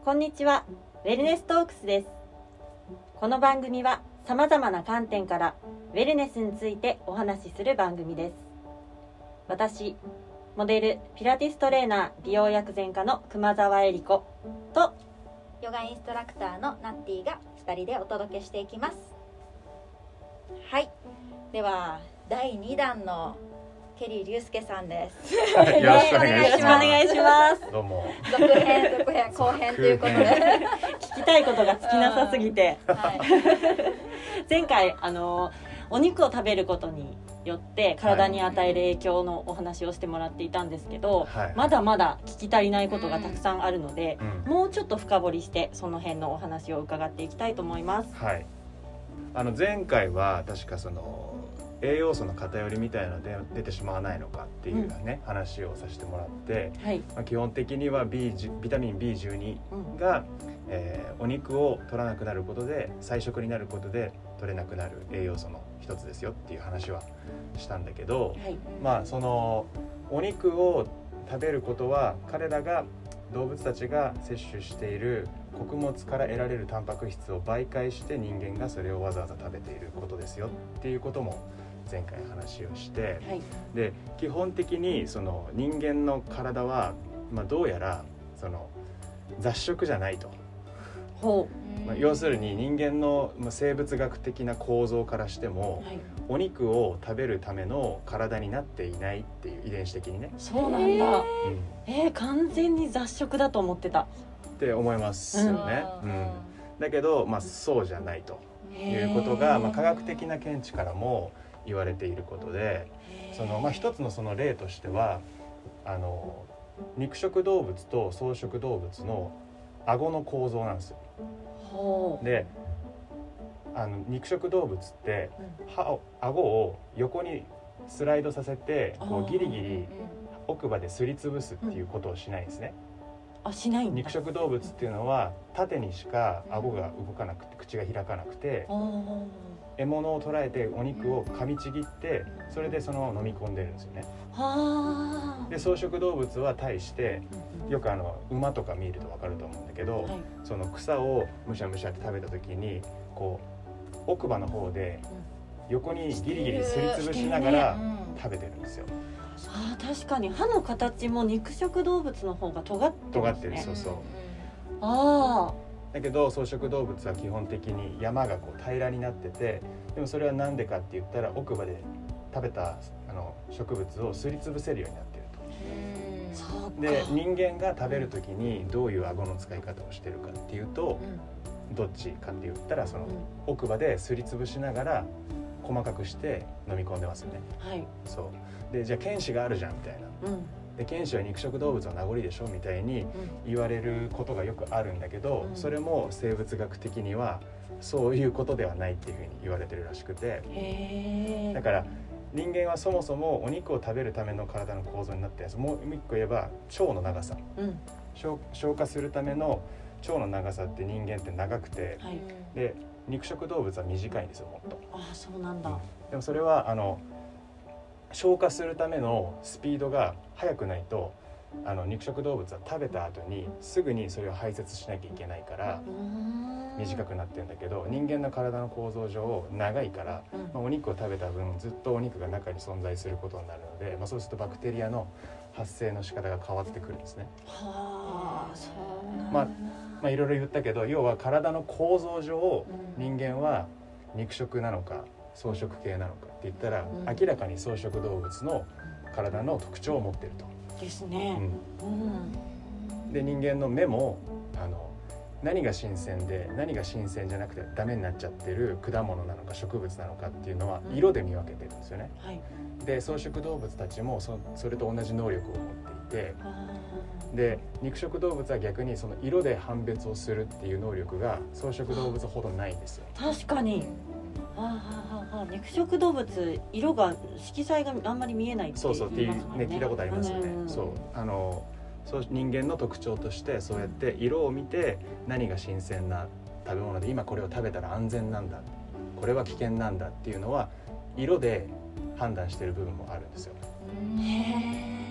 こんにちは、ウェルネストークスです。この番組は様々な観点からウェルネスについてお話しする番組です。私、モデル、ピラティストレーナー、美容薬膳家の熊澤恵理子とヨガインストラクターのナッティが2人でお届けしていきます。はい、では第2弾のケリー隆介さんです。 よろしくお願いします。 よろしくお願いします。 どうも。 続編後編ということで聞きたいことが尽きなさすぎて、 はい、 前回お肉を食べることによって体に与える影響のお話をしてもらっていたんですけど、 はい、 まだまだ聞き足りないことがたくさんあるので、もうちょっと深掘りしてその辺のお話を伺っていきたいと思います。 はい、前回は確かその栄養素の偏りみたいなので出てしまわないのかっていうね、話をさせてもらって、はい、基本的にはビタミン B12 が、お肉を取らなくなることで菜食になることで取れなくなる栄養素の一つですよっていう話はしたんだけど、はい、そのお肉を食べることは彼らが動物たちが摂取している穀物から得られるタンパク質を媒介して人間がそれをわざわざ食べていることですよっていうことも前回話をして、はい、で基本的にその人間の体は、どうやらその雑食じゃないと。要するに人間の生物学的な構造からしても、はい、お肉を食べるための体になっていないっていう遺伝子的にね。 そうなんだ、完全に雑食だと思ってたって思いますよね、だけど、そうじゃないということが、科学的な見地からも言われていることで、その、一つのその例としては肉食動物と草食動物の顎の構造なんですよ。で肉食動物って顎を横にスライドさせてこうギリギリ奥歯ですりつぶすっていうことをしないんですね。 しないんだ。 肉食動物っていうのは縦にしか顎が動かなくて口が開かなくて、獲物を捕らえてお肉を噛みちぎってそれでその飲み込んでるんですよね。で草食動物は対してよく馬とか見ると分かると思うんだけど、その草をむしゃむしゃって食べた時にこう奥歯の方で横にギリギリすりつぶしながら食べてるんですよ。 確かに歯の形も肉食動物の方が尖ってますね。 尖ってる、そうそう。だけど草食動物は基本的に山がこう平らになってて、でもそれはなんでかって言ったら奥歯で食べた植物をすりつぶせるようになってると。で人間が食べる時にどういう顎の使い方をしてるかっていうと、どっちかって言ったらその奥歯ですりつぶしながら細かくして飲み込んでますよね。そうでじゃあ犬歯があるじゃんみたいな、で犬歯は肉食動物の名残でしょみたいに言われることがよくあるんだけど、それも生物学的にはそういうことではないっていうふうに言われてるらしくて、だから人間はそもそもお肉を食べるための体の構造になっています。もう一個言えば腸の長さ、消化するための腸の長さって人間って長くて、で肉食動物は短いんですよ、もっと。 そうなんだ。 でもそれは消化するためのスピードが速くないと肉食動物は食べた後にすぐにそれを排泄しなきゃいけないから短くなってるんだけど、人間の体の構造上長いから、お肉を食べた分ずっとお肉が中に存在することになるので、そうするとバクテリアの発生の仕方が変わってくるんですね。そうなんだ。いろいろ言ったけど、要は体の構造上、人間は肉食なのか草食系なのかって言ったら、明らかに草食動物の体の特徴を持っていると。 ですね。 で人間の目も何が新鮮で何が新鮮じゃなくてダメになっちゃってる果物なのか植物なのかっていうのは色で見分けてるんですよね。で草食動物たちもそれと同じ能力を持っていて、で肉食動物は逆にその色で判別をするっていう能力が草食動物ほどないんですよ。確かに。肉食動物色が色彩があんまり見えないって言いますもんね。 そう聞いたことありますよね。そう人間の特徴としてそうやって色を見て何が新鮮な食べ物で今これを食べたら安全なんだ、これは危険なんだっていうのは色で判断している部分もあるんですよ。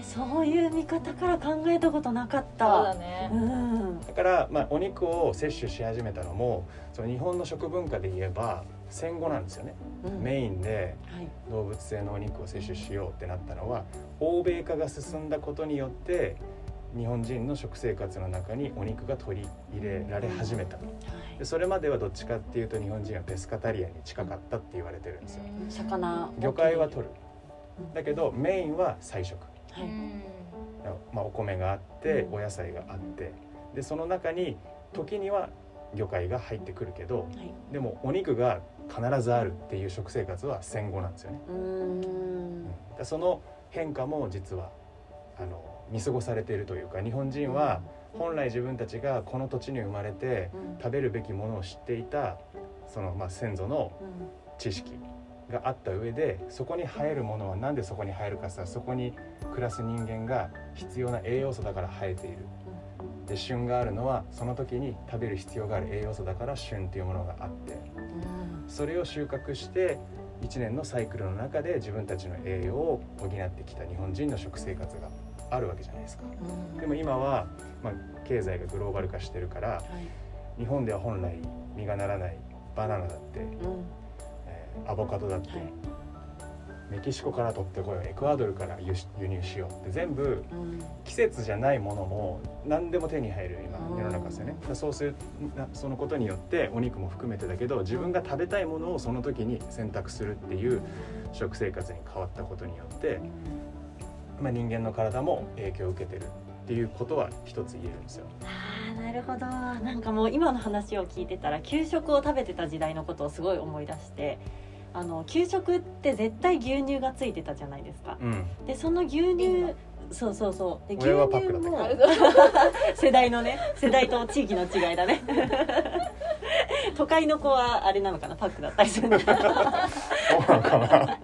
そういう見方から考えたことなかった。 そうだね、 だから、お肉を摂取し始めたのもその日本の食文化で言えば戦後なんですよね、メインで動物性のお肉を摂取しようってなったのは欧米化が進んだことによって日本人の食生活の中にお肉が取り入れられ始めた、でそれまではどっちかっていうと日本人はペスカタリアンに近かったって言われてるんですよ。魚介は取る、だけどメインは菜食、お米があってお野菜があって、でその中に時には魚介が入ってくるけど、でもお肉が必ずあるっていう食生活は戦後なんですよね。その変化も実は見過ごされているというか、日本人は本来自分たちがこの土地に生まれて食べるべきものを知っていたその先祖の知識があった上で、そこに生えるものはなんでそこに生えるかさ、そこに暮らす人間が必要な栄養素だから生えている。で旬があるのはその時に食べる必要がある栄養素だから旬っていうものがあって、それを収穫して1年のサイクルの中で自分たちの栄養を補ってきた日本人の食生活があるわけじゃないですか。でも今は、経済がグローバル化してるから、日本では本来実がならないバナナだって、アボカドだって、メキシコから取ってこよう、エクアドルから輸入しようって全部、季節じゃないものも何でも手に入る今世の中ですよね。そうするそのことによってお肉も含めてだけど自分が食べたいものをその時に選択するっていう食生活に変わったことによって、人間の体も影響を受けてるっていうことは一つ言えるんですよ。 なるほど。なんかもう今の話を聞いてたら給食を食べてた時代のことをすごい思い出して、給食って絶対牛乳がついてたじゃないですか、でその牛乳そうで牛乳も世代と地域の違いだね都会の子はあれなのかな、パックだったりするんだそうなのかな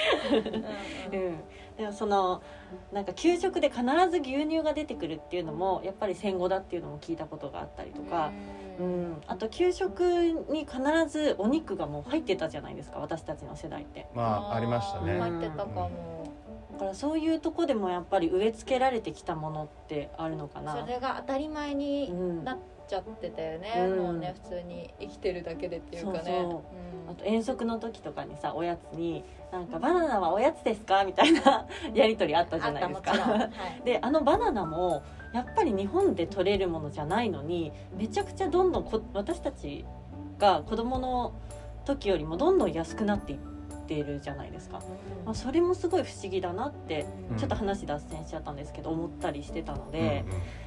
でもそのなんか給食で必ず牛乳が出てくるっていうのもやっぱり戦後だっていうのも聞いたことがあったりとか、あと給食に必ずお肉がもう入ってたじゃないですか、私たちの世代って。 ありましたね。 入ってたかも。 だからそういうとこでもやっぱり植え付けられてきたものってあるのかな。 それが当たり前になっちゃってたよね、もうね普通に生きてるだけでっていうかね。あと遠足の時とかにさ、おやつになんかバナナはおやつですかみたいなやり取りあったじゃないですかでバナナもやっぱり日本で取れるものじゃないのにめちゃくちゃどんどん私たちが子供の時よりもどんどん安くなっていってるじゃないですか、それもすごい不思議だなってちょっと話脱線しちゃったんですけど思ったりしてたので、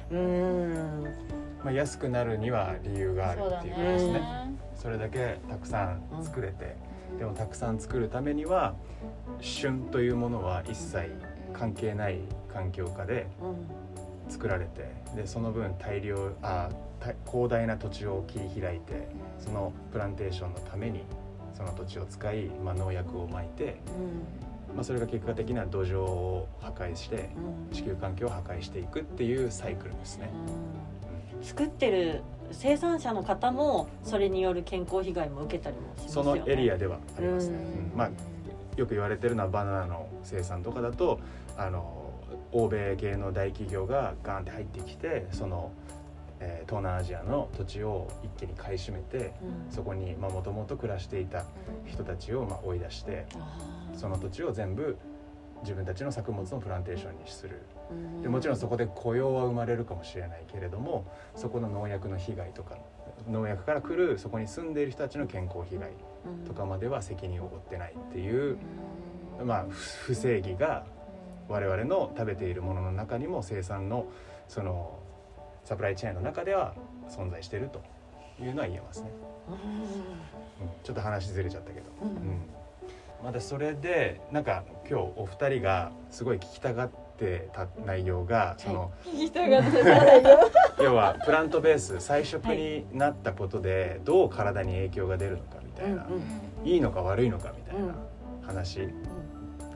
安くなるには理由があるっていうことですね。それだけたくさん作れて、でもたくさん作るためには旬というものは一切関係ない環境下で作られて、でその分広大な土地を切り開いて、そのプランテーションのためにその土地を使い、農薬をまいて、それが結果的には土壌を破壊して地球環境を破壊していくっていうサイクルですね。 作ってる生産者の方もそれによる健康被害も受けたりもしますよね。 そのエリアではありますね。よく言われてるのはバナナの生産とかだと欧米系の大企業がガーンって入ってきて、その、東南アジアの土地を一気に買い占めて、そこにもともと暮らしていた人たちを追い出して、その土地を全部自分たちの作物のプランテーションにする。でもちろんそこで雇用は生まれるかもしれないけれども、そこの農薬の被害とか、農薬から来るそこに住んでいる人たちの健康被害とかまでは責任を負ってないっていう、不正義が我々の食べているものの中にも生産のそのサプライチェーンの中では存在しているというのは言えますね。ちょっと話ずれちゃったけど、まだそれでなんか今日お二人がすごい聞きたがってた内容が、 聞きたがってた内容要はプラントベース菜食になったことでどう体に影響が出るのかみたいな、いいのか悪いのかみたいな話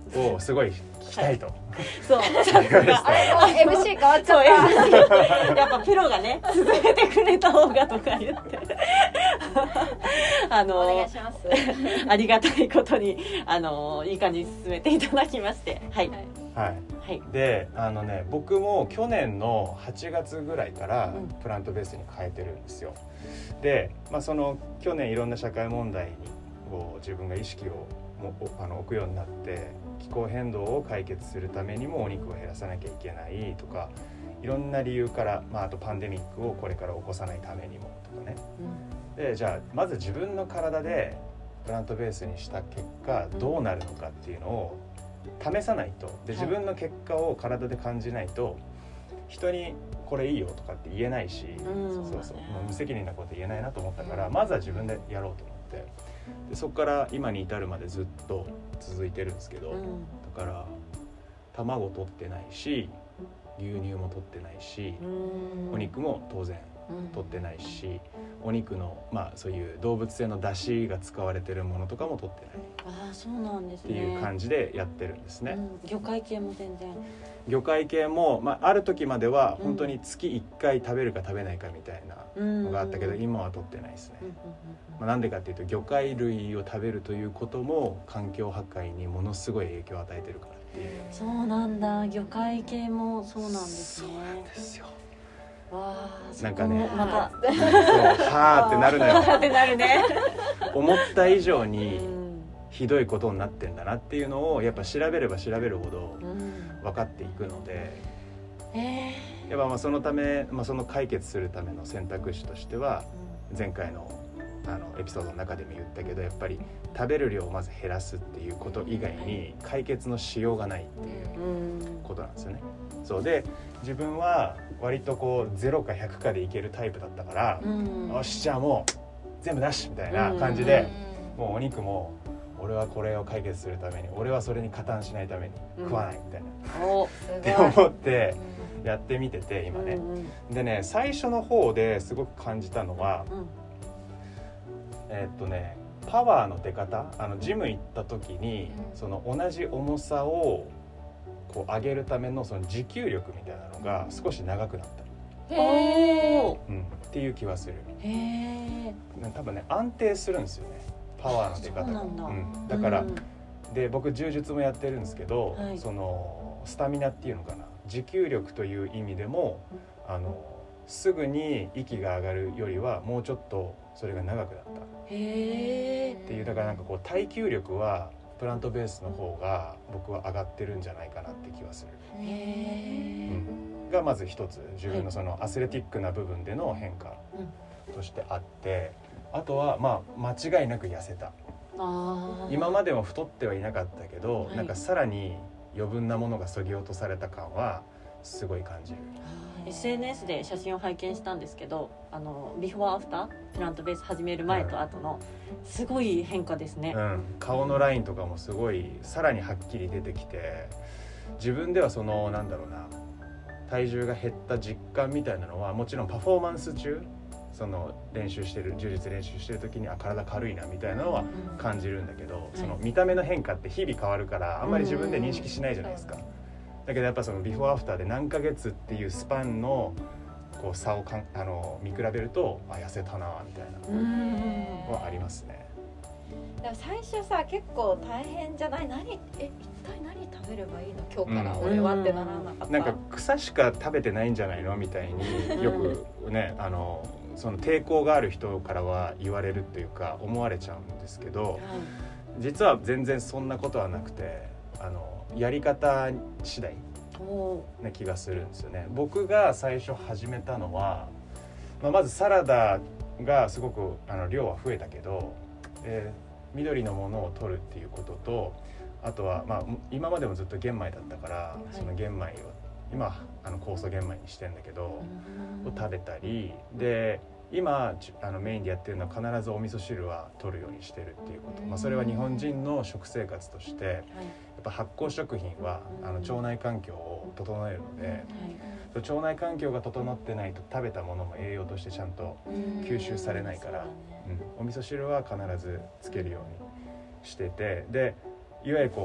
をすごい聞きたいと、 そう言われてたあれも MC 変わっちゃったやっぱプロがね進めてくれた方がとか言ってお願いしますありがたいことにいい感じに進めていただきましてはいはいはい、で僕も去年の8月ぐらいからプラントベースに変えてるんですよ。で、その去年いろんな社会問題に自分が意識を置くようになって気候変動を解決するためにもお肉を減らさなきゃいけないとかいろんな理由から、あとパンデミックをこれから起こさないためにもとかね、でじゃあまず自分の体でプラントベースにした結果どうなるのかっていうのを試さないとで自分の結果を体で感じないと人にこれいいよとかって言えないし、もう無責任なこと言えないなと思ったからまずは自分でやろうと思ってでそこから今に至るまでずっと続いてるんですけど、だから卵取ってないし牛乳も取ってないしお肉も当然取ってないしお肉のそういう動物性の出汁が使われてるものとかも取ってないああそうなんですねっていう感じでやってるんですね、 魚介系も全然魚介系も、ある時までは本当に月1回食べるか食べないかみたいなのがあったけど、今は取ってないですね、なんでかっていうと魚介類を食べるということも環境破壊にものすごい影響を与えてるからっていう。 そうなんだ魚介系もそうなんですね。 そうなんですよ。 わなんかねまたはーってなるのよってなるね思った以上にひどいことになってんだなっていうのをやっぱ調べれば調べるほど分かっていくので、やっぱそのため、その解決するための選択肢としては前回のエピソードの中でも言ったけどやっぱり食べる量をまず減らすっていうこと以外に解決のしようがないっていうことなんですよね。そうで自分は割と0か100かでいけるタイプだったから、よしじゃあもう全部なしみたいな感じで、もうお肉も俺はこれを解決するために俺はそれに加担しないために食わないみたいな、って思ってやってみてて今ね、でね最初の方ですごく感じたのは、パワーの出方ジム行った時にその同じ重さを上げるためのその持久力みたいなのが少し長くなった、っていう気はする。多分ね安定するんですよねパワーの出方が。だから、で僕柔術もやってるんですけど、そのスタミナっていうのかな持久力という意味でもすぐに息が上がるよりはもうちょっとそれが長くなったっていう。だから耐久力はプラントベースの方が僕は上がってるんじゃないかなって気はする、がまず一つ自分のそのアスレティックな部分での変化としてあって、あとは間違いなく痩せた。今までも太ってはいなかったけど、さらに余分なものが削ぎ落とされた感はすごい感じる。 SNS で写真を拝見したんですけどビフォーアフタープラントベース始める前と後のすごい変化ですね、 顔のラインとかもすごいさらにはっきり出てきて、自分ではその体重が減った実感みたいなのはもちろんパフォーマンス中その柔術練習してる時に体軽いなみたいなのは感じるんだけど、その見た目の変化って日々変わるからあんまり自分で認識しないじゃないですか。だけどやっぱそのビフォーアフターで何ヶ月っていうスパンの差を見比べると痩せたなみたいなはありますね。 でも最初さ結構大変じゃない？一体何食べればいいの今日から俺はってならなかった？ 草しか食べてないんじゃないのみたいによくねその抵抗がある人からは言われるっていうか思われちゃうんですけど、実は全然そんなことはなくてやり方次第な気がするんですよね。僕が最初始めたのは、まずサラダがすごく量は増えたけど、緑のものを取るっていうことと、あとは今までもずっと玄米だったから、その玄米を今酵素玄米にしてんだけど、を食べたりで今メインでやってるのは必ずお味噌汁は取るようにしてるっていうこと、それは日本人の食生活としてやっぱ発酵食品は腸内環境を整えるので、腸内環境が整ってないと食べたものも栄養としてちゃんと吸収されないから、お味噌汁は必ずつけるようにしてて、でいわゆる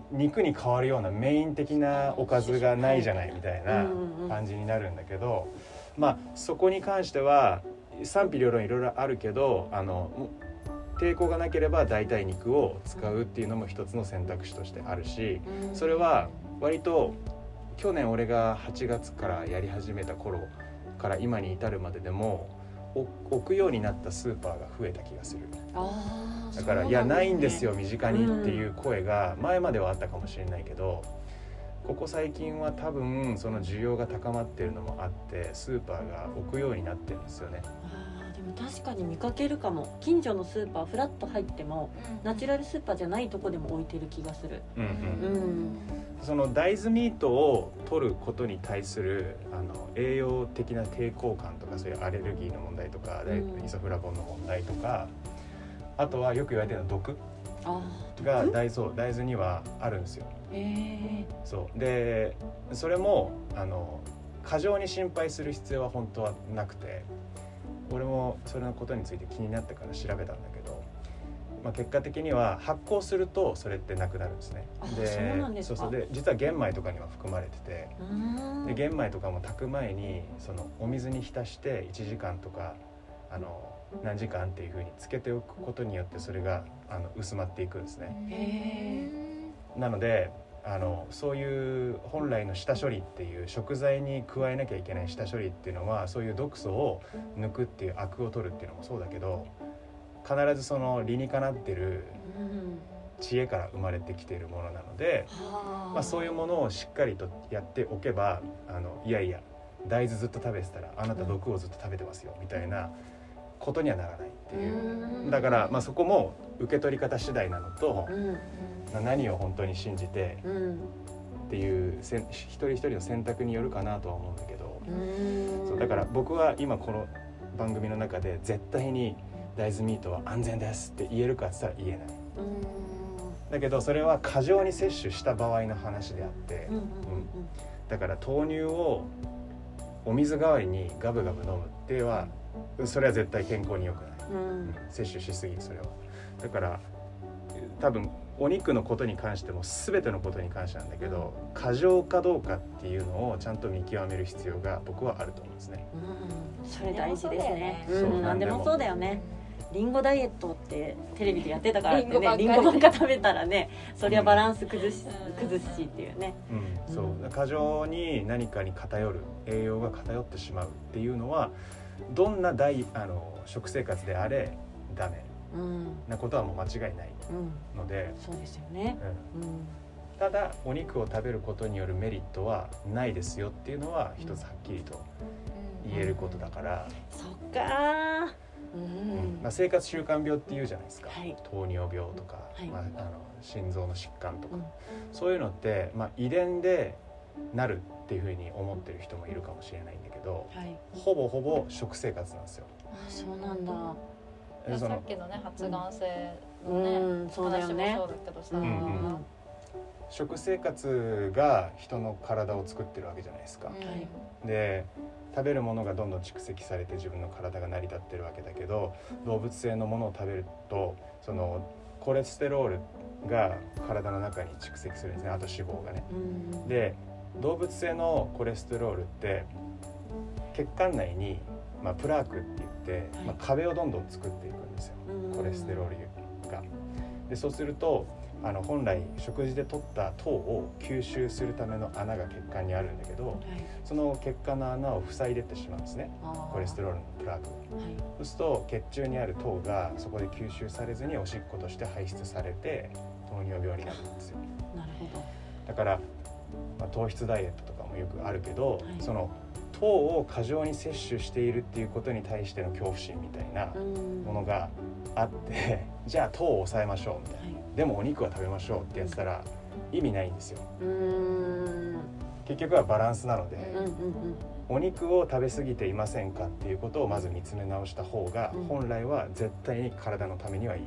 肉に変わるようなメイン的なおかずがないじゃないみたいな感じになるんだけど、まあそこに関しては賛否両論いろいろあるけど、抵抗がなければ代替肉を使うっていうのも一つの選択肢としてあるし、それは割と去年俺が8月からやり始めた頃から今に至るまででも置くようになったスーパーが増えた気がする。だからいやないんですよ身近にっていう声が前まではあったかもしれないけど、ここ最近は多分その需要が高まっているのもあってスーパーが置くようになってるんですよね。 でも確かに見かけるかも。近所のスーパーフラッと入っても、ナチュラルスーパーじゃないとこでも置いてる気がする。その大豆ミートを取ることに対する栄養的な抵抗感とか、そういうアレルギーの問題とか、イソフラボンの問題とか、あとはよく言われてるのは毒が大豆にはあるんですよ。そうで、それも過剰に心配する必要は本当はなくて、俺もそれのことについて気になってから調べたんだけど、結果的には発酵するとそれってなくなるんですね。で実は玄米とかには含まれてて、で玄米とかも炊く前にそのお水に浸して1時間とか何時間っていう風につけておくことによってそれが薄まっていくんですね。なのでそういう本来の下処理っていう食材に加えなきゃいけない下処理っていうのは、そういう毒素を抜くっていうアクを取るっていうのもそうだけど、必ずその理にかなってる知恵から生まれてきているものなので、そういうものをしっかりとやっておけばいやいや大豆ずっと食べてたらあなた毒をずっと食べてますよみたいなことにはならないっていう。だからそこも受け取り方次第なのと、何を本当に信じてっていう一人一人の選択によるかなとは思うんだけど、そうだから僕は今この番組の中で絶対に大豆ミートは安全ですって言えるかって言ったら言えない。だけどそれは過剰に摂取した場合の話であって、だから豆乳をお水代わりにガブガブ飲むってはそれは絶対健康に良くない、摂取しすぎ、それは。だから多分お肉のことに関しても全てのことに関してなんだけど、過剰かどうかっていうのをちゃんと見極める必要が僕はあると思うんですね。 それ大事ですね。何でもそうだよね。リンゴダイエットってテレビでやってたからってね、リンゴばっか食べたらね、そりゃバランス崩しっていうね。そう過剰に何かに偏る、栄養が偏ってしまうっていうのはどんな食生活であれダメなことはもう間違いないので、 そうですよね。 ただお肉を食べることによるメリットはないですよっていうのは一つはっきりと言えることだから。 そっか。 生活習慣病っていうじゃないですか、糖尿病とか、心臓の疾患とか、そういうのって、遺伝でなるっていうふうに思ってる人もいるかもしれないんだけど、ほぼほぼ食生活なんですよ。 そうなんだ。 さっきのね発がん性のね、話もそうだけどさ、 食生活が人の体を作ってるわけじゃないですか。で食べるものがどんどん蓄積されて自分の体が成り立ってるわけだけど、動物性のものを食べるとそのコレステロールが体の中に蓄積するんですね、あと脂肪がね。で動物性のコレステロールって血管内に、プラークって言って、壁をどんどん作っていくんですよ、コレステロールが。でそうすると本来食事で取った糖を吸収するための穴が血管にあるんだけど、その血管の穴を塞いでってしまうんですね、コレステロールのプラーク、そうすると血中にある糖がそこで吸収されずにおしっことして排出されて糖尿病になるんですよ。 なるほど。 だから、糖質ダイエットとかもよくあるけど、その糖を過剰に摂取しているっていうことに対しての恐怖心みたいなものがあってじゃあ糖を抑えましょうみたいな、でもお肉は食べましょうってやったら意味ないんですよ。結局はバランスなので、お肉を食べ過ぎていませんかっていうことをまず見つめ直した方が本来は絶対に体のためにはいい。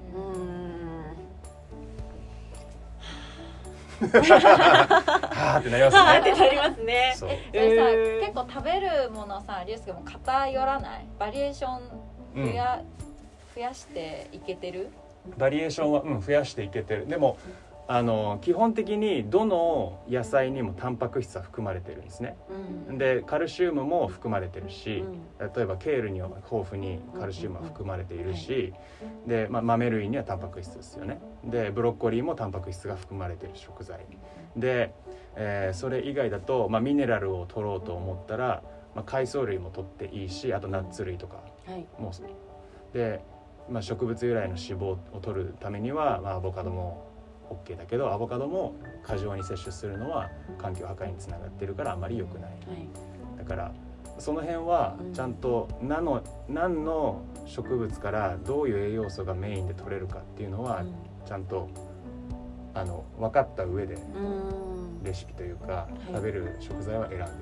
はーってなりますね。 はーってなりますね。 それさ、結構食べるものさ、リュウスケも偏らない？バリエーション増やしていけてる？ バリエーションは増やしていけてる。でも基本的にどの野菜にもタンパク質は含まれてるんですね、でカルシウムも含まれてるし、例えばケールには豊富にカルシウムは含まれているし、で、豆類にはタンパク質ですよね。でブロッコリーもタンパク質が含まれてる食材で、それ以外だと、ミネラルを取ろうと思ったら、海藻類も取っていいし、あとナッツ類とかも、で、植物由来の脂肪を取るためには、アボカドもOK だけど、アボカドも過剰に摂取するのは環境破壊につながってるからあまり良くない、だからその辺はちゃんと何の植物からどういう栄養素がメインで取れるかっていうのはちゃんと分かった上でレシピというか食べる食材は選んでる。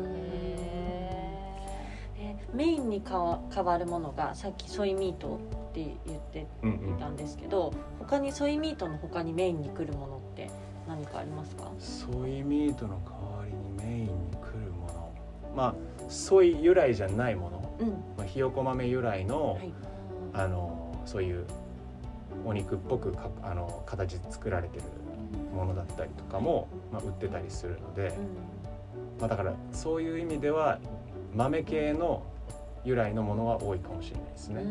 メインに変わるものがさっきソイミートって言っていたんですけど、他にソイミートの他にメインに来るものって何かありますか？ ソイミートの代わりにメインに来るもの、ソイ由来じゃないもの、ひよこ豆由来の、そういうお肉っぽく形作られてるものだったりとかも、売ってたりするので、だからそういう意味では豆系の由来のものは多いかもしれないですね。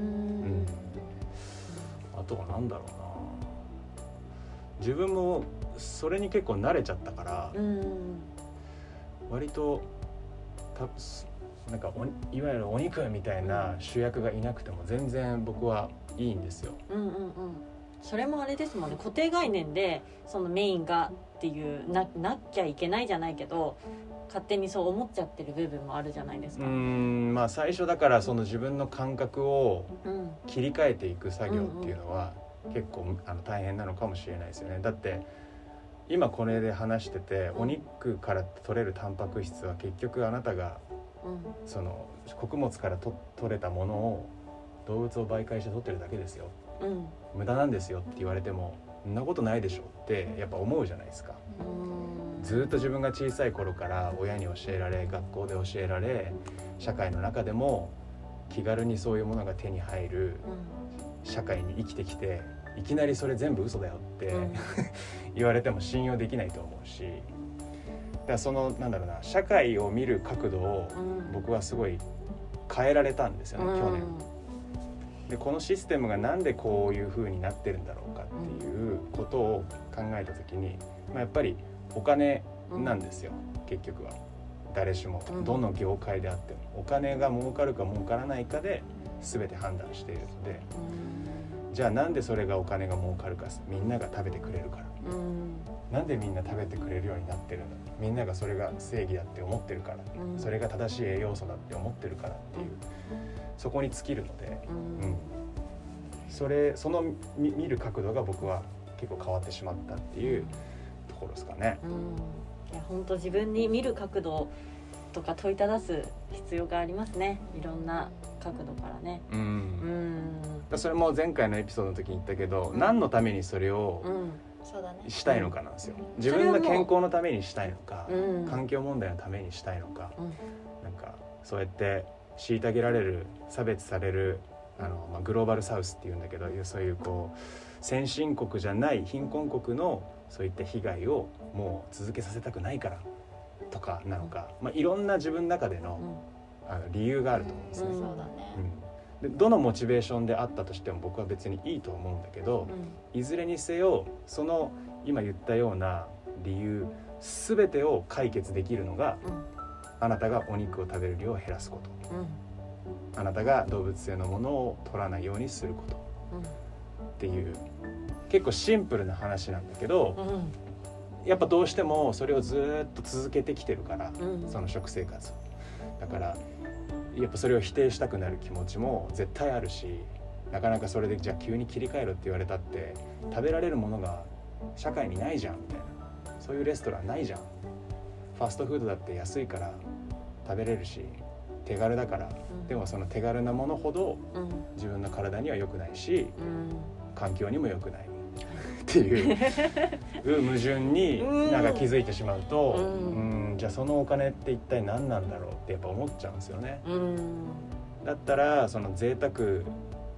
あとは何だろうな、自分もそれに結構慣れちゃったから、割となんかいわゆるお肉みたいな主役がいなくても全然僕はいいんですよ。 それもあれですもんね、固定概念でそのメインがっていうなきゃいけないじゃないけど、勝手にそう思っちゃってる部分もあるじゃないですか。 最初だからその自分の感覚を切り替えていく作業っていうのは結構大変なのかもしれないですよね。だって今これで話してて、お肉から取れるタンパク質は結局あなたがその穀物から取れたものを動物を媒介して取ってるだけですよ、無駄なんですよって言われてもそんなことないでしょってやっぱ思うじゃないですか。ずっと自分が小さい頃から親に教えられ、学校で教えられ、社会の中でも気軽にそういうものが手に入る社会に生きてきて、いきなりそれ全部嘘だよって言われても信用できないと思うし、だからその社会を見る角度を僕はすごい変えられたんですよね、去年。でこのシステムがなんでこういう風になってるんだろうかっていうことを考えた時に、やっぱりお金なんですよ、結局は。誰しもどの業界であってもお金が儲かるか儲からないかで全て判断しているので、じゃあなんでそれがお金が儲かるか、みんなが食べてくれるから、なんでみんな食べてくれるようになってるんだ、みんながそれが正義だって思ってるから、それが正しい栄養素だって思ってるからっていう、そこに尽きるので、その見る角度が僕は結構変わってしまったっていうところですかね。 いや本当自分に見る角度とか問いただす必要がありますね、いろんな角度からね。 それも前回のエピソードの時に言ったけど、何のためにそれをしたいのかなんですよ。自分の健康のためにしたいのか、環境問題のためにしたいのか、なんかそうやって虐げられる、差別されるグローバルサウスっていうんだけど、そういう先進国じゃない貧困国のそういった被害をもう続けさせたくないからとかなのか、いろんな自分の中での、理由があると思うんですね。 そうだね。 でどのモチベーションであったとしても僕は別にいいと思うんだけど、いずれにせよその今言ったような理由全てを解決できるのが、あなたがお肉を食べる量を減らすこと、あなたが動物性のものを取らないようにすること、っていう結構シンプルな話なんだけど、やっぱどうしてもそれをずっと続けてきてるから、その食生活だからやっぱそれを否定したくなる気持ちも絶対あるし、なかなかそれでじゃあ急に切り替えろって言われたって食べられるものが社会にないじゃんみたいな、そういうレストランないじゃん、ファストフードだって安いから食べれるし手軽だから、でもその手軽なものほど自分の体には良くないし、環境にも良くないっていう矛盾になんか気づいてしまうと、じゃあそのお金って一体何なんだろうってやっぱ思っちゃうんですよね。だったらその贅沢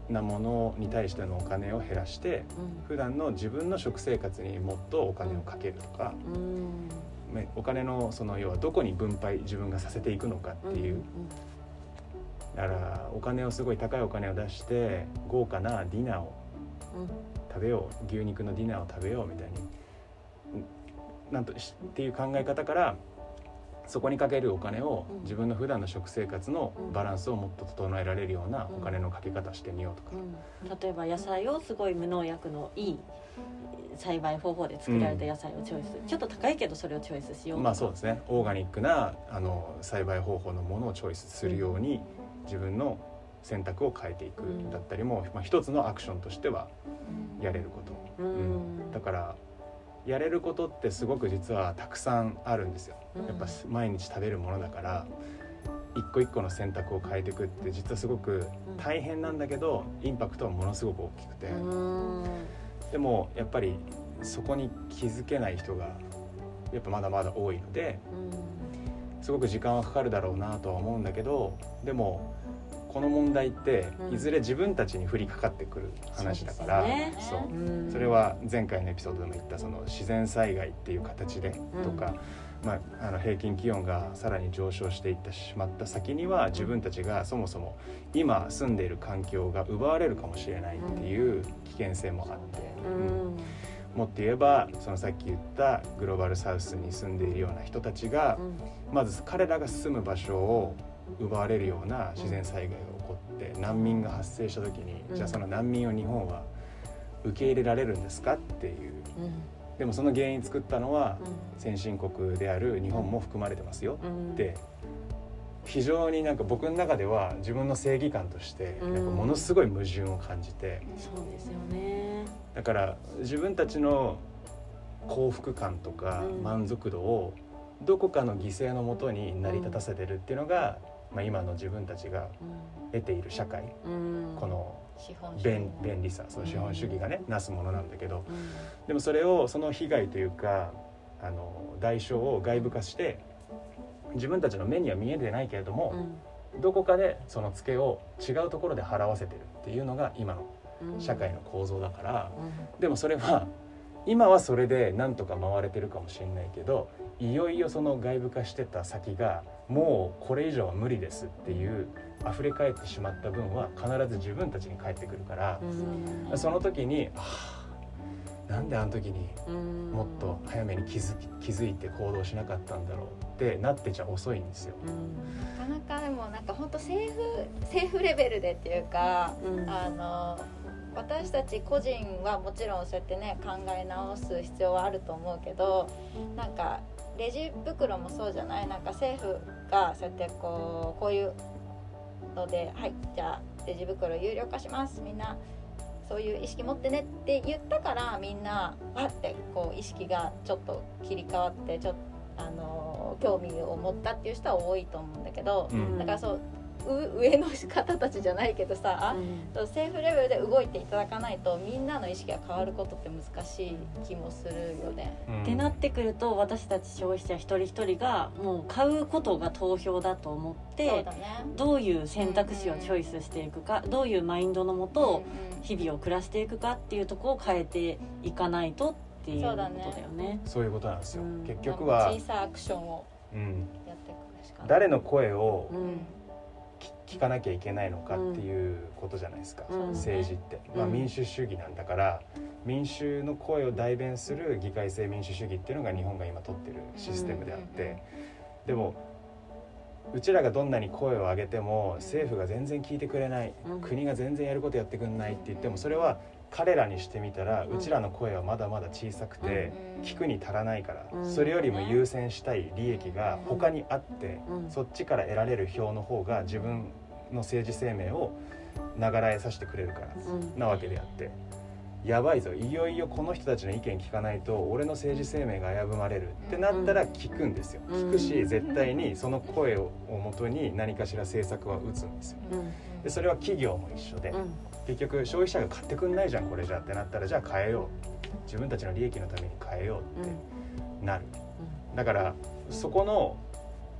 なものに対してのお金を減らして、普段の自分の食生活にもっとお金をかけるとか、お金のその要はどこに分配自分がさせていくのかっていう、だからお金をすごい高いお金を出して豪華なディナーを食べよう、牛肉のディナーを食べようみたいになんとっていう考え方から、そこにかけるお金を自分の普段の食生活のバランスをもっと整えられるようなお金のかけ方してみようとか、 例えば野菜をすごい無農薬のいい栽培方法で作られた野菜をチョイス、ちょっと高いけどそれをチョイスしようとか、 まあそうですね、オーガニックな栽培方法のものをチョイスするように自分の選択を変えていくだったりも、一つのアクションとしてはやれること、だからやれることってすごく実はたくさんあるんですよ。やっぱ毎日食べるものだから一個一個の選択を変えていくって実はすごく大変なんだけど、インパクトはものすごく大きくて、でもやっぱりそこに気づけない人がやっぱまだまだ多いので、すごく時間はかかるだろうなとは思うんだけど、でもこの問題っていずれ自分たちに降りかかってくる話だから、それは前回のエピソードでも言ったその自然災害っていう形でとか、平均気温がさらに上昇していってしまった先には、自分たちがそもそも今住んでいる環境が奪われるかもしれないっていう危険性もあって、もっと言えばそのさっき言ったグローバルサウスに住んでいるような人たちが、まず彼らが住む場所を奪われるような自然災害が起こって難民が発生した時に、じゃあその難民を日本は受け入れられるんですかっていう、でもその原因作ったのは先進国である日本も含まれてますよって、非常になんか僕の中では自分の正義感としてなんかものすごい矛盾を感じて、 そうですよね。 だから自分たちの幸福感とか満足度をどこかの犠牲のもとに成り立たせてるっていうのが、今の自分たちが得ている社会、この便利さ、その資本主義がねなすものなんだけど、でもそれをその被害というか代償を外部化して自分たちの目には見えてないけれども、どこかでそのツケを違うところで払わせてるっていうのが今の社会の構造だから、でもそれは今はそれでなんとか回れてるかもしれないけど、いよいよその外部化してた先がもうこれ以上は無理ですっていう溢れ返ってしまった分は必ず自分たちに返ってくるから、その時になんであの時にもっと早めに気づいて行動しなかったんだろうってなってちゃ遅いんですよ。 なかなかでもなんか本当政府レベルでっていうか、私たち個人はもちろんそうやってね考え直す必要はあると思うけど、なんかレジ袋もそうじゃない、なんか政府がそうやってこういうので、はいじゃあレジ袋有料化します、みんなそういう意識持ってねって言ったから、みんなわってこう意識がちょっと切り替わってちょっと興味を持ったっていう人は多いと思うんだけど、だからそう上の方たちじゃないけどさ、政府レベルで動いていただかないとみんなの意識が変わることって難しい気もするよね。 ってなってくると、私たち消費者一人一人がもう買うことが投票だと思って、どういう選択肢をチョイスしていくか、どういうマインドのもと日々を暮らしていくかっていうところを変えていかないとっていうことだよね。 そういうことなんですよ。結局は小さいアクションをやっていくしかない。 誰の声を聞かなきゃいけないのかっていうことじゃないですか、政治って、民主主義なんだから、民衆の声を代弁する議会制民主主義っていうのが日本が今取ってるシステムであって、でもうちらがどんなに声を上げても政府が全然聞いてくれない、国が全然やることやってくんないって言っても、それは彼らにしてみたらうちらの声はまだまだ小さくて聞くに足らないから、それよりも優先したい利益が他にあって、そっちから得られる票の方が自分の政治生命を流れさせてくれるからなわけであって、やばいぞ、いよいよこの人たちの意見聞かないと俺の政治生命が危ぶまれるってなったら聞くんですよ。聞くし、絶対にその声をもとに何かしら政策は打つんですよ。でそれは企業も一緒で、結局消費者が買ってくんないじゃんこれじゃってなったら、じゃあ変えよう、自分たちの利益のために変えようってなる。だからそこの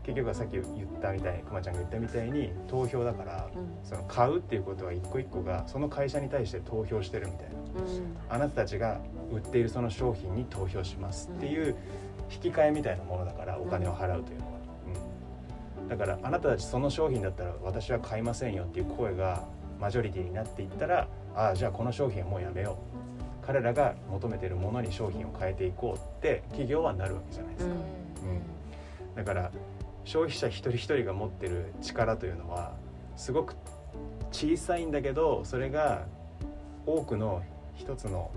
結局はさっき言ったみたいにくまちゃんが言ったみたいに投票だから、その買うっていうことは一個一個がその会社に対して投票してるみたいな、あなたたちが売っているその商品に投票しますっていう引き換えみたいなものだから、お金を払うというのは、だからあなたたちその商品だったら私は買いませんよっていう声がマジョリティになっていったら、じゃあこの商品はもうやめよう、彼らが求めているものに商品を変えていこうって企業はなるわけじゃないですか、だから消費者一人一人が持ってる力というのはすごく小さいんだけど、それが多くの一つの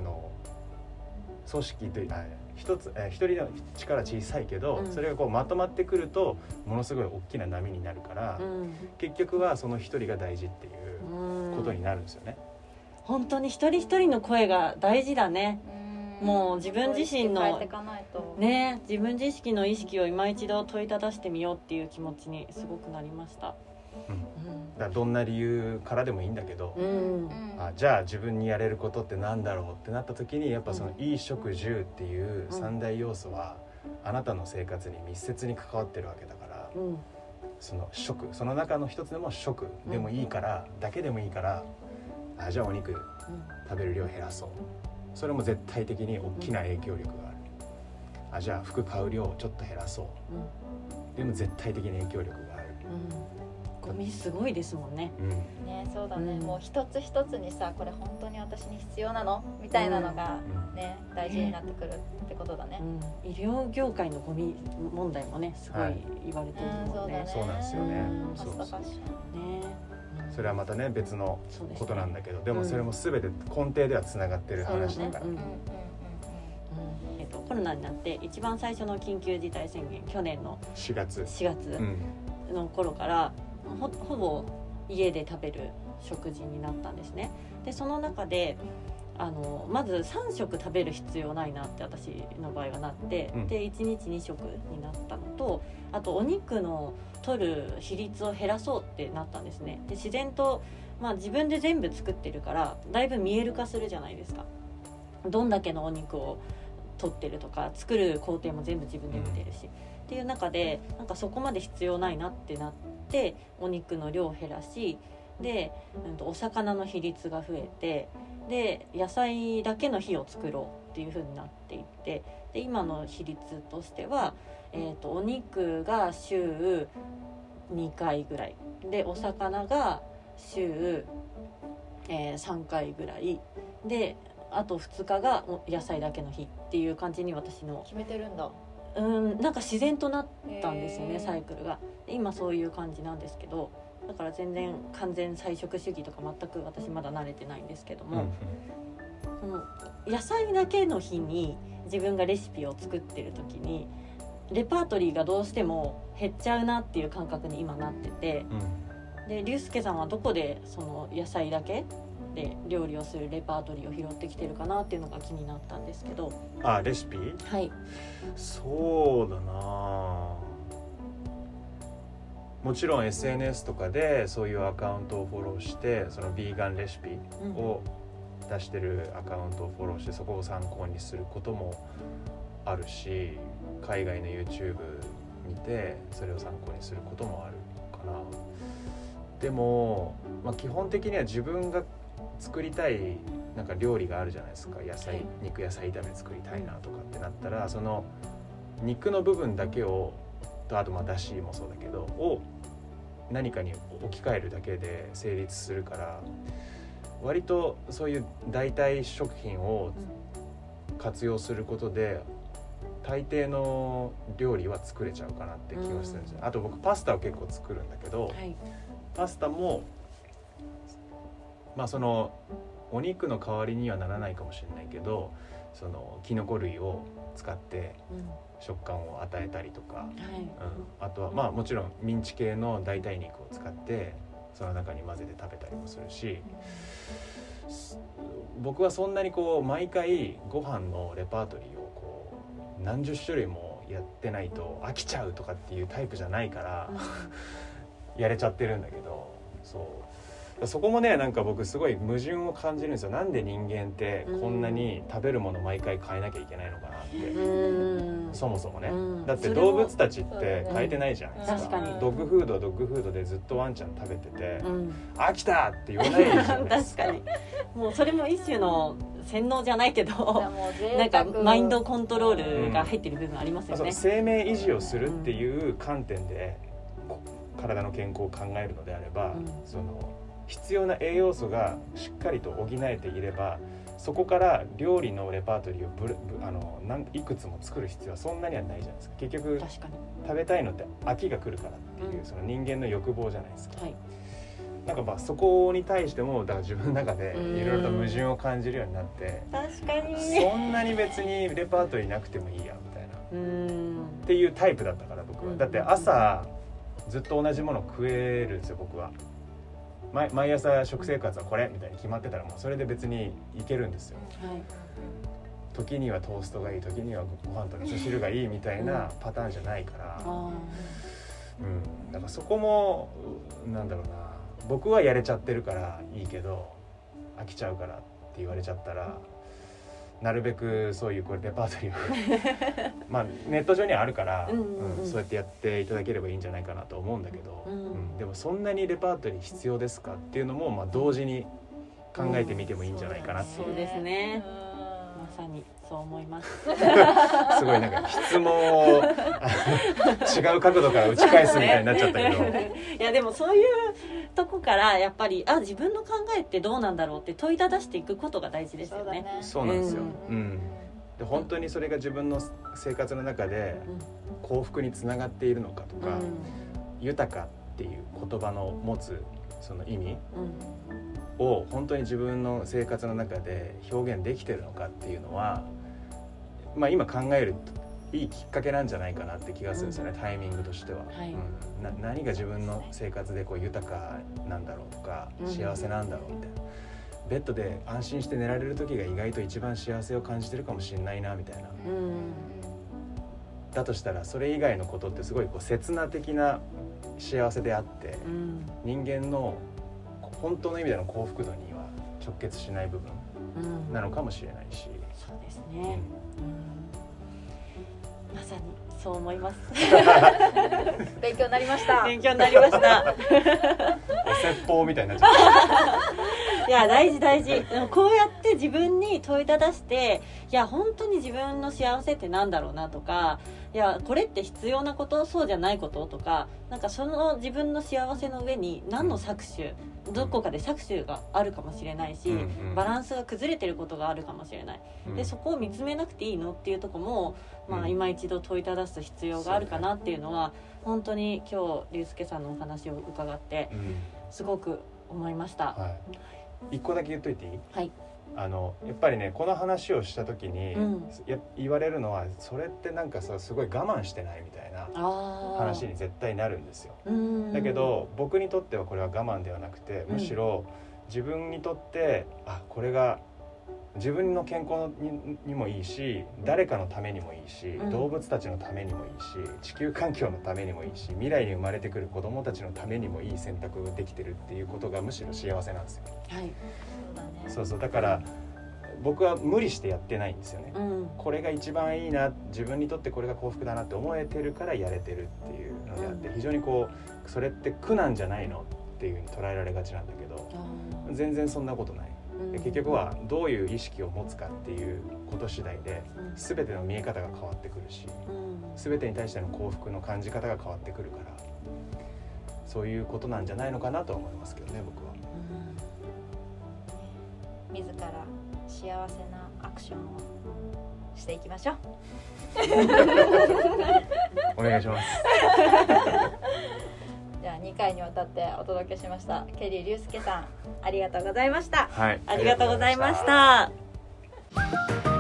組織という一人の力小さいけど、それがこうまとまってくるとものすごい大きな波になるから、結局はその一人が大事っていうことになるんですよね。 本当に一人一人の声が大事だね。もう自分自身のね、自分自身の意識を今一度問いただしてみようっていう気持ちにすごくなりました。 だからどんな理由からでもいいんだけど、じゃあ自分にやれることってなんだろうってなった時に、やっぱその衣食住っていう三大要素はあなたの生活に密接に関わってるわけだから、その食、その中の一つでも食でもいいから、だけでもいいから、じゃあお肉食べる量減らそう、それも絶対的に大きな影響力がある。じゃあ服買う量をちょっと減らそう、でも絶対的に影響力がある。 ゴミすごいですもんね。 ね、そうだね、もう一つ一つにさ、これ本当に私に必要なのみたいなのがね、大事になってくるってことだね。 医療業界のゴミ問題もね、すごい言われてるもんね。 そうなんですよね。 ファストファッションね。 それはまたね別のことなんだけど、でもそれも全て根底ではつながってる話だから。 コロナになって一番最初の緊急事態宣言、去年の4月の頃からほぼ家で食べる食事になったんですね。でその中でまず3食食べる必要ないなって私の場合はなって、で1日2食になったのと、あとお肉の取る比率を減らそうってなったんですね。で自然と、自分で全部作ってるからだいぶ見える化するじゃないですか。どんだけのお肉を取ってるとか、作る工程も全部自分で見てるし、っていう中でなんかそこまで必要ないなってなって、お肉の量を減らし、で、お魚の比率が増えて、で野菜だけの日を作ろうっていう風になっていって、で今の比率としては、お肉が週2回ぐらいで、お魚が週、3回ぐらいで、あと2日が野菜だけの日っていう感じに私の決めてるんだ。 なんか自然となったんですよね、サイクルが。今そういう感じなんですけど、だから全然完全菜食主義とか全く私まだ慣れてないんですけども、その野菜だけの日に自分がレシピを作ってる時にレパートリーがどうしても減っちゃうなっていう感覚に今なってて、で龍介さんはどこでその野菜だけで料理をするレパートリーを拾ってきてるかなっていうのが気になったんですけど。 レシピ？ はい。 そうだな、もちろん SNS とかでそういうアカウントをフォローして、そのビーガンレシピを出してるアカウントをフォローして、そこを参考にすることもあるし、海外の YouTube 見てそれを参考にすることもあるかな。でも、基本的には自分が作りたいなんか料理があるじゃないですか。肉野菜炒め作りたいなとかってなったら、その肉の部分だけをと、あとだしもそうだけどを何かに置き換えるだけで成立するから、割とそういう代替食品を活用することで大抵の料理は作れちゃうかなって気がするんですよ。あと僕パスタを結構作るんだけど、パスタもそのお肉の代わりにはならないかもしれないけど、そのキノコ類を使って食感を与えたりとか、あとはもちろんミンチ系の代替肉を使ってその中に混ぜて食べたりもするし、僕はそんなに毎回ご飯のレパートリーを何十種類もやってないと飽きちゃうとかっていうタイプじゃないからやれちゃってるんだけど、そこもね、なんか僕すごい矛盾を感じるんですよ。なんで人間ってこんなに食べるもの毎回変えなきゃいけないのかなって。 そもそもね、だって動物たちって変えてないじゃないですか。 確かにドッグフードはドッグフードでずっとワンちゃん食べてて、飽きたって言わないじゃないですか。 確かにもうそれも一種の洗脳じゃないけどなんかマインドコントロールが入ってる部分ありますよね。 生命維持をするっていう観点で体の健康を考えるのであれば、その必要な栄養素がしっかりと補えていれば、そこから料理のレパートリーをいくつも作る必要はそんなにはないじゃないですか。結局食べたいのって飽きが来るからっていう、その人間の欲望じゃないですか、なんかそこに対してもだから自分の中でいろいろと矛盾を感じるようになって、 確かにそんなに別にレパートリーなくてもいいやみたいなっていうタイプだったから僕は。だって朝ずっと同じもの食えるんですよ僕は。毎朝食生活はこれみたいに決まってたらもうそれで別にいけるんですよ、時にはトーストがいい、時にはご飯と味噌汁がいいみたいなパターンじゃないから、だからそこもなんだろうな、僕はやれちゃってるからいいけど飽きちゃうからって言われちゃったら、なるべくそういうレパートリーをネット上にはあるから、そうやってやっていただければいいんじゃないかなと思うんだけど、でもそんなにレパートリー必要ですかっていうのも同時に考えてみてもいいんじゃないかなっていう。 そうですね、まさにそう思いますすごいなんか質問を違う角度から打ち返すみたいになっちゃったけどいやでもそういうとこからやっぱり自分の考えってどうなんだろうって問いただしていくことが大事ですよね。 そうなんですよ、で本当にそれが自分の生活の中で幸福につながっているのかとか、豊かっていう言葉の持つその意味を本当に自分の生活の中で表現できてるのかっていうのは、今考えるいいきっかけなんじゃないかなって気がするんですよね、タイミングとしては、何が自分の生活で豊かなんだろうとか、幸せなんだろうみたいな、ベッドで安心して寝られる時が意外と一番幸せを感じてるかもしれないなみたいな、だとしたらそれ以外のことってすごい刹那的な幸せであって、人間の本当の意味での幸福度には直結しない部分なのかもしれないし、 そうですね、まさにそう思います勉強になりました。 勉強になりましたお説法みたいになっちゃったいや大事大事。こうやって自分に問いただして、いや本当に自分の幸せってなんだろうなとか、いやこれって必要なこと、そうじゃないこととか、なんかその自分の幸せの上に何の搾取、どこかで搾取があるかもしれないし、バランスが崩れてることがあるかもしれない、でそこを見つめなくていいのっていうところも、今一度問いただす必要があるかなっていうのは、本当に今日龍介さんのお話を伺ってすごく思いました、 一個だけ言っといていい？ はい。 やっぱりねこの話をした時に、言われるのは、それってなんかさすごい我慢してないみたいな話に絶対なるんですよ。だけど僕にとってはこれは我慢ではなくて、むしろ自分にとってこれが自分の健康にもいいし、誰かのためにもいいし、動物たちのためにもいいし、地球環境のためにもいいし、未来に生まれてくる子どもたちのためにもいい選択ができてるっていうことがむしろ幸せなんですよ。そうだから僕は無理してやってないんですよね、これが一番いいな、自分にとってこれが幸福だなって思えてるからやれてるっていうのであって、非常にそれって苦なんじゃないのっていう風に捉えられがちなんだけど、全然そんなことない。結局はどういう意識を持つかっていうこと次第で全ての見え方が変わってくるし、全てに対しての幸福の感じ方が変わってくるから、そういうことなんじゃないのかなと思いますけどね、僕は。 自ら幸せなアクションをしていきましょうお願いしますでは2回にわたってお届けしましたケリー龍介さん、ありがとうございました。 はい、 ありがとうございました。